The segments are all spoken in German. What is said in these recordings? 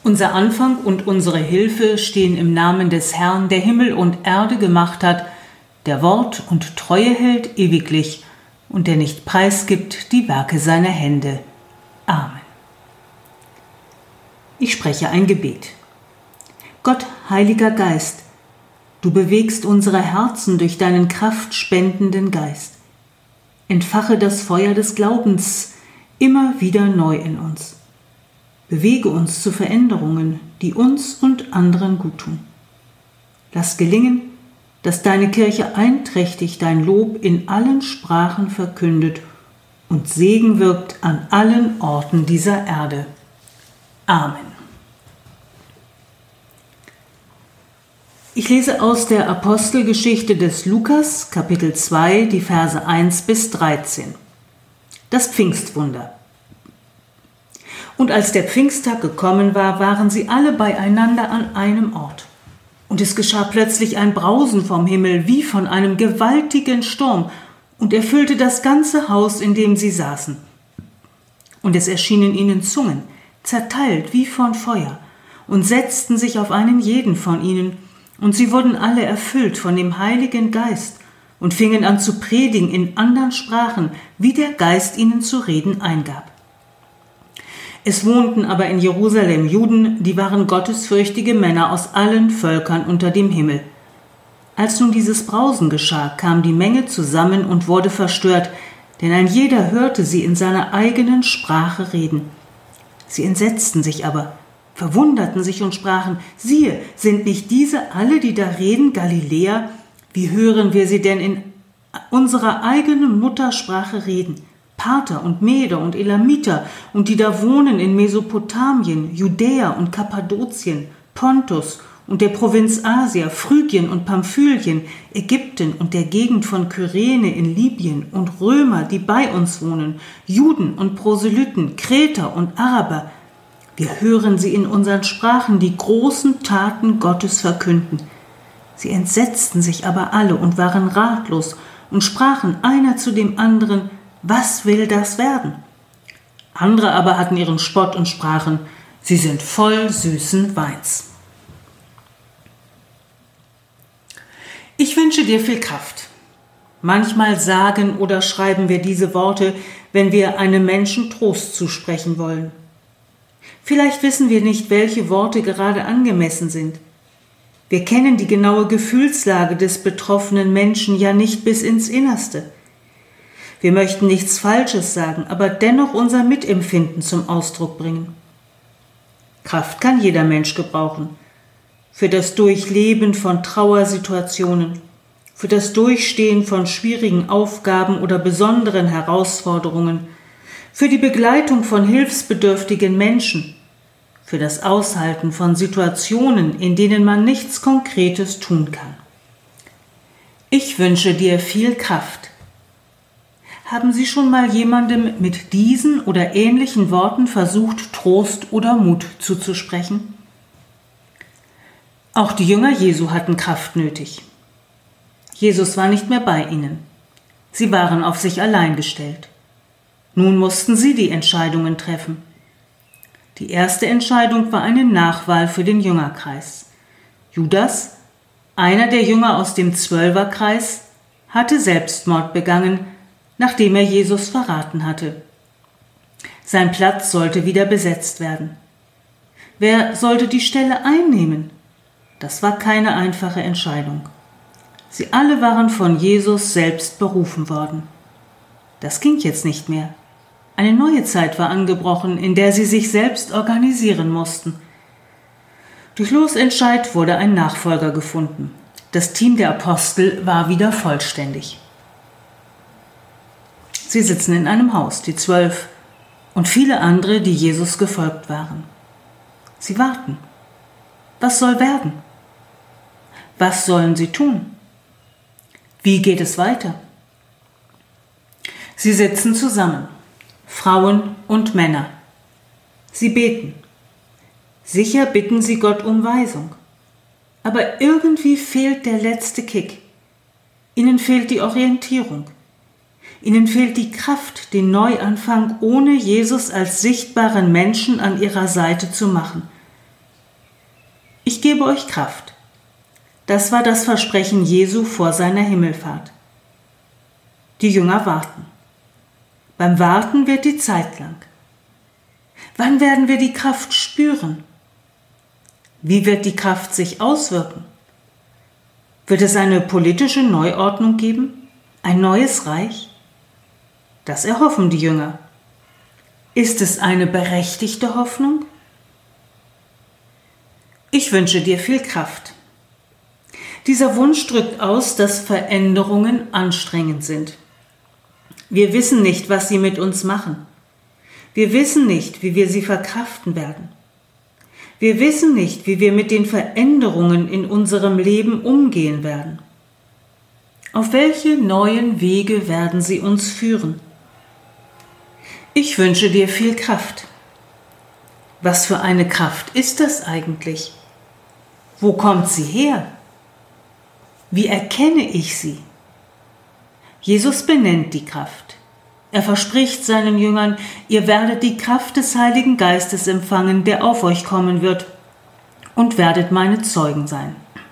Unser Anfang und unsere Hilfe stehen im Namen des Herrn, der Himmel und Erde gemacht hat, der Wort und Treue hält ewiglich und der nicht preisgibt die Werke seiner Hände. Amen. Ich spreche ein Gebet. Gott, Heiliger Geist, du bewegst unsere Herzen durch deinen kraftspendenden Geist. Entfache das Feuer des Glaubens immer wieder neu in uns. Bewege uns zu Veränderungen, die uns und anderen guttun. Lass gelingen, dass deine Kirche einträchtig dein Lob in allen Sprachen verkündet und Segen wirkt an allen Orten dieser Erde. Amen. Ich lese aus der Apostelgeschichte des Lukas, Kapitel 2, die Verse 1 bis 13. Das Pfingstwunder. Und als der Pfingsttag gekommen war, waren sie alle beieinander an einem Ort. Und es geschah plötzlich ein Brausen vom Himmel, wie von einem gewaltigen Sturm, und erfüllte das ganze Haus, in dem sie saßen. Und es erschienen ihnen Zungen, zerteilt wie von Feuer, und setzten sich auf einen jeden von ihnen, und sie wurden alle erfüllt von dem Heiligen Geist und fingen an zu predigen in anderen Sprachen, wie der Geist ihnen zu reden eingab. Es wohnten aber in Jerusalem Juden, die waren gottesfürchtige Männer aus allen Völkern unter dem Himmel. Als nun dieses Brausen geschah, kam die Menge zusammen und wurde verstört, denn ein jeder hörte sie in seiner eigenen Sprache reden. Sie entsetzten sich aber, verwunderten sich und sprachen: Siehe, sind nicht diese alle, die da reden, Galiläer? Wie hören wir sie denn in unserer eigenen Muttersprache reden? Parther und Meder und Elamiter und die da wohnen in Mesopotamien, Judäa und Kappadokien, Pontus und der Provinz Asia, Phrygien und Pamphylien, Ägypten und der Gegend von Kyrene in Libyen und Römer, die bei uns wohnen, Juden und Proselyten, Kreter und Araber. Wir hören sie in unseren Sprachen die großen Taten Gottes verkünden. Sie entsetzten sich aber alle und waren ratlos und sprachen einer zu dem anderen: Was will das werden? Andere aber hatten ihren Spott und sprachen: Sie sind voll süßen Weins. Ich wünsche dir viel Kraft. Manchmal sagen oder schreiben wir diese Worte, wenn wir einem Menschen Trost zusprechen wollen. Vielleicht wissen wir nicht, welche Worte gerade angemessen sind. Wir kennen die genaue Gefühlslage des betroffenen Menschen ja nicht bis ins Innerste. Wir möchten nichts Falsches sagen, aber dennoch unser Mitempfinden zum Ausdruck bringen. Kraft kann jeder Mensch gebrauchen. Für das Durchleben von Trauersituationen, für das Durchstehen von schwierigen Aufgaben oder besonderen Herausforderungen, für die Begleitung von hilfsbedürftigen Menschen, für das Aushalten von Situationen, in denen man nichts Konkretes tun kann. Ich wünsche dir viel Kraft. Haben Sie schon mal jemandem mit diesen oder ähnlichen Worten versucht, Trost oder Mut zuzusprechen? Auch die Jünger Jesu hatten Kraft nötig. Jesus war nicht mehr bei ihnen. Sie waren auf sich allein gestellt. Nun mussten sie die Entscheidungen treffen. Die erste Entscheidung war eine Nachwahl für den Jüngerkreis. Judas, einer der Jünger aus dem Zwölferkreis, hatte Selbstmord begangen, nachdem er Jesus verraten hatte. Sein Platz sollte wieder besetzt werden. Wer sollte die Stelle einnehmen? Das war keine einfache Entscheidung. Sie alle waren von Jesus selbst berufen worden. Das ging jetzt nicht mehr. Eine neue Zeit war angebrochen, in der sie sich selbst organisieren mussten. Durch Losentscheid wurde ein Nachfolger gefunden. Das Team der Apostel war wieder vollständig. Sie sitzen in einem Haus, die 12 und viele andere, die Jesus gefolgt waren. Sie warten. Was soll werden? Was sollen sie tun? Wie geht es weiter? Sie sitzen zusammen, Frauen und Männer. Sie beten. Sicher bitten sie Gott um Weisung. Aber irgendwie fehlt der letzte Kick. Ihnen fehlt die Orientierung. Ihnen fehlt die Kraft, den Neuanfang ohne Jesus als sichtbaren Menschen an ihrer Seite zu machen. Ich gebe euch Kraft. Das war das Versprechen Jesu vor seiner Himmelfahrt. Die Jünger warten. Beim Warten wird die Zeit lang. Wann werden wir die Kraft spüren? Wie wird die Kraft sich auswirken? Wird es eine politische Neuordnung geben? Ein neues Reich? Das erhoffen die Jünger. Ist es eine berechtigte Hoffnung? Ich wünsche dir viel Kraft. Dieser Wunsch drückt aus, dass Veränderungen anstrengend sind. Wir wissen nicht, was sie mit uns machen. Wir wissen nicht, wie wir sie verkraften werden. Wir wissen nicht, wie wir mit den Veränderungen in unserem Leben umgehen werden. Auf welche neuen Wege werden sie uns führen? Ich wünsche dir viel Kraft. Was für eine Kraft ist das eigentlich? Wo kommt sie her? Wie erkenne ich sie? Jesus benennt die Kraft. Er verspricht seinen Jüngern, ihr werdet die Kraft des Heiligen Geistes empfangen, der auf euch kommen wird, und werdet meine Zeugen sein.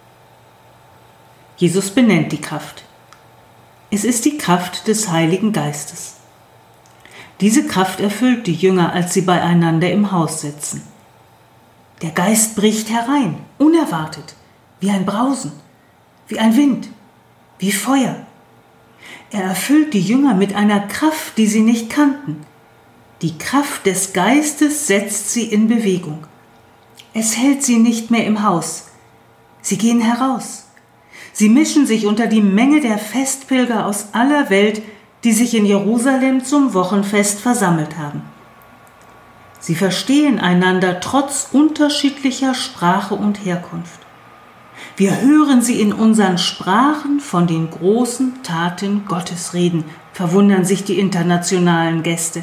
Jesus benennt die Kraft. Es ist die Kraft des Heiligen Geistes. Diese Kraft erfüllt die Jünger, als sie beieinander im Haus sitzen. Der Geist bricht herein, unerwartet, wie ein Brausen, wie ein Wind, wie Feuer. Er erfüllt die Jünger mit einer Kraft, die sie nicht kannten. Die Kraft des Geistes setzt sie in Bewegung. Es hält sie nicht mehr im Haus. Sie gehen heraus. Sie mischen sich unter die Menge der Festpilger aus aller Welt, die sich in Jerusalem zum Wochenfest versammelt haben. Sie verstehen einander trotz unterschiedlicher Sprache und Herkunft. Wir hören sie in unseren Sprachen von den großen Taten Gottes reden, verwundern sich die internationalen Gäste.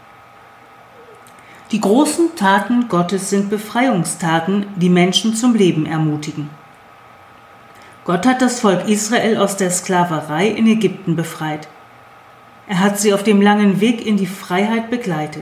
Die großen Taten Gottes sind Befreiungstaten, die Menschen zum Leben ermutigen. Gott hat das Volk Israel aus der Sklaverei in Ägypten befreit. Er hat sie auf dem langen Weg in die Freiheit begleitet.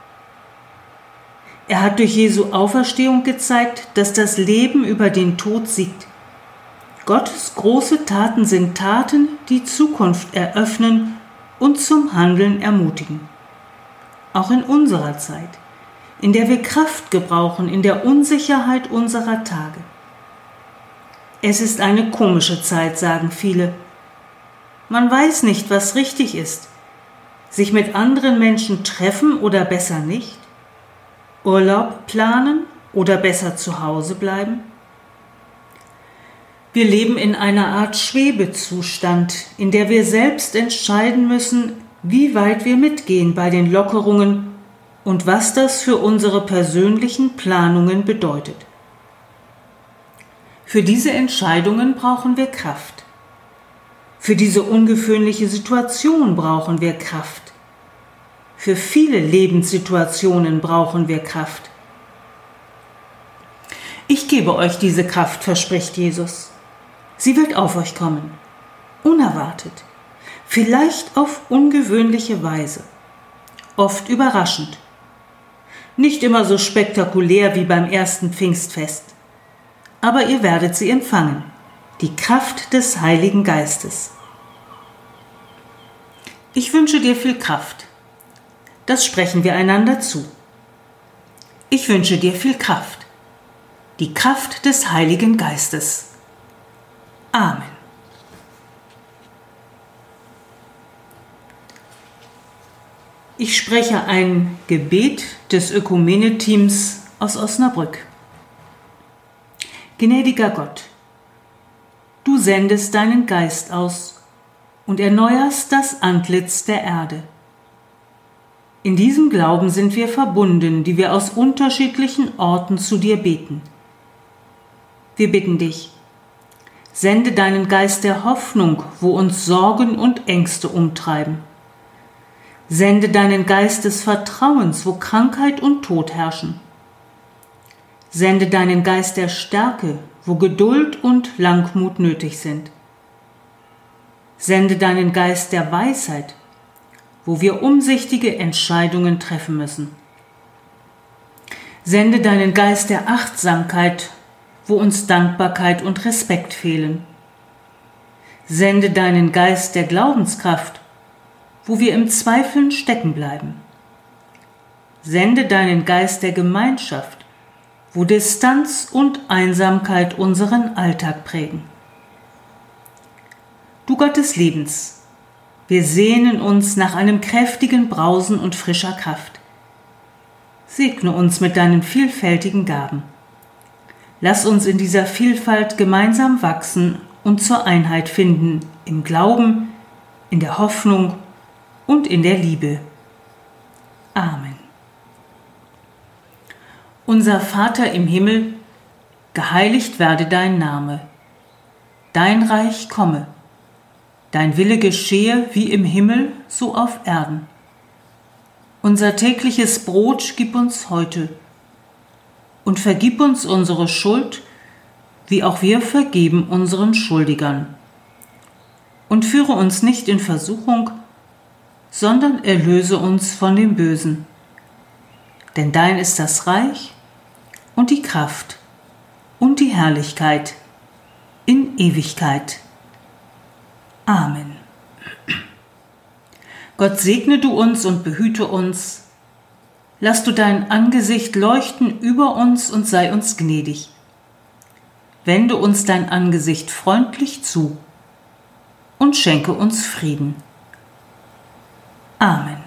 Er hat durch Jesu Auferstehung gezeigt, dass das Leben über den Tod siegt. Gottes große Taten sind Taten, die Zukunft eröffnen und zum Handeln ermutigen. Auch in unserer Zeit, in der wir Kraft gebrauchen, in der Unsicherheit unserer Tage. Es ist eine komische Zeit, sagen viele. Man weiß nicht, was richtig ist. Sich mit anderen Menschen treffen oder besser nicht? Urlaub planen oder besser zu Hause bleiben? Wir leben in einer Art Schwebezustand, in der wir selbst entscheiden müssen, wie weit wir mitgehen bei den Lockerungen und was das für unsere persönlichen Planungen bedeutet. Für diese Entscheidungen brauchen wir Kraft. Für diese ungewöhnliche Situation brauchen wir Kraft. Für viele Lebenssituationen brauchen wir Kraft. Ich gebe euch diese Kraft, verspricht Jesus. Sie wird auf euch kommen, unerwartet, vielleicht auf ungewöhnliche Weise, oft überraschend. Nicht immer so spektakulär wie beim ersten Pfingstfest, aber ihr werdet sie empfangen, die Kraft des Heiligen Geistes. Ich wünsche dir viel Kraft. Das sprechen wir einander zu. Ich wünsche dir viel Kraft. Die Kraft des Heiligen Geistes. Amen. Ich spreche ein Gebet des Ökumene-Teams aus Osnabrück. Gnädiger Gott, du sendest deinen Geist aus und erneuerst das Antlitz der Erde. In diesem Glauben sind wir verbunden, die wir aus unterschiedlichen Orten zu dir beten. Wir bitten dich, sende deinen Geist der Hoffnung, wo uns Sorgen und Ängste umtreiben. Sende deinen Geist des Vertrauens, wo Krankheit und Tod herrschen. Sende deinen Geist der Stärke, wo Geduld und Langmut nötig sind. Sende deinen Geist der Weisheit, wo wir umsichtige Entscheidungen treffen müssen. Sende deinen Geist der Achtsamkeit, wo uns Dankbarkeit und Respekt fehlen. Sende deinen Geist der Glaubenskraft, wo wir im Zweifeln stecken bleiben. Sende deinen Geist der Gemeinschaft, wo Distanz und Einsamkeit unseren Alltag prägen. Du Gott des Lebens, wir sehnen uns nach einem kräftigen Brausen und frischer Kraft. Segne uns mit deinen vielfältigen Gaben. Lass uns in dieser Vielfalt gemeinsam wachsen und zur Einheit finden, im Glauben, in der Hoffnung und in der Liebe. Amen. Unser Vater im Himmel, geheiligt werde dein Name. Dein Reich komme. Dein Wille geschehe wie im Himmel, so auf Erden. Unser tägliches Brot gib uns heute und vergib uns unsere Schuld, wie auch wir vergeben unseren Schuldigern. Und führe uns nicht in Versuchung, sondern erlöse uns von dem Bösen. Denn dein ist das Reich und die Kraft und die Herrlichkeit in Ewigkeit. Amen. Gott segne du uns und behüte uns. Lass du dein Angesicht leuchten über uns und sei uns gnädig. Wende uns dein Angesicht freundlich zu und schenke uns Frieden. Amen.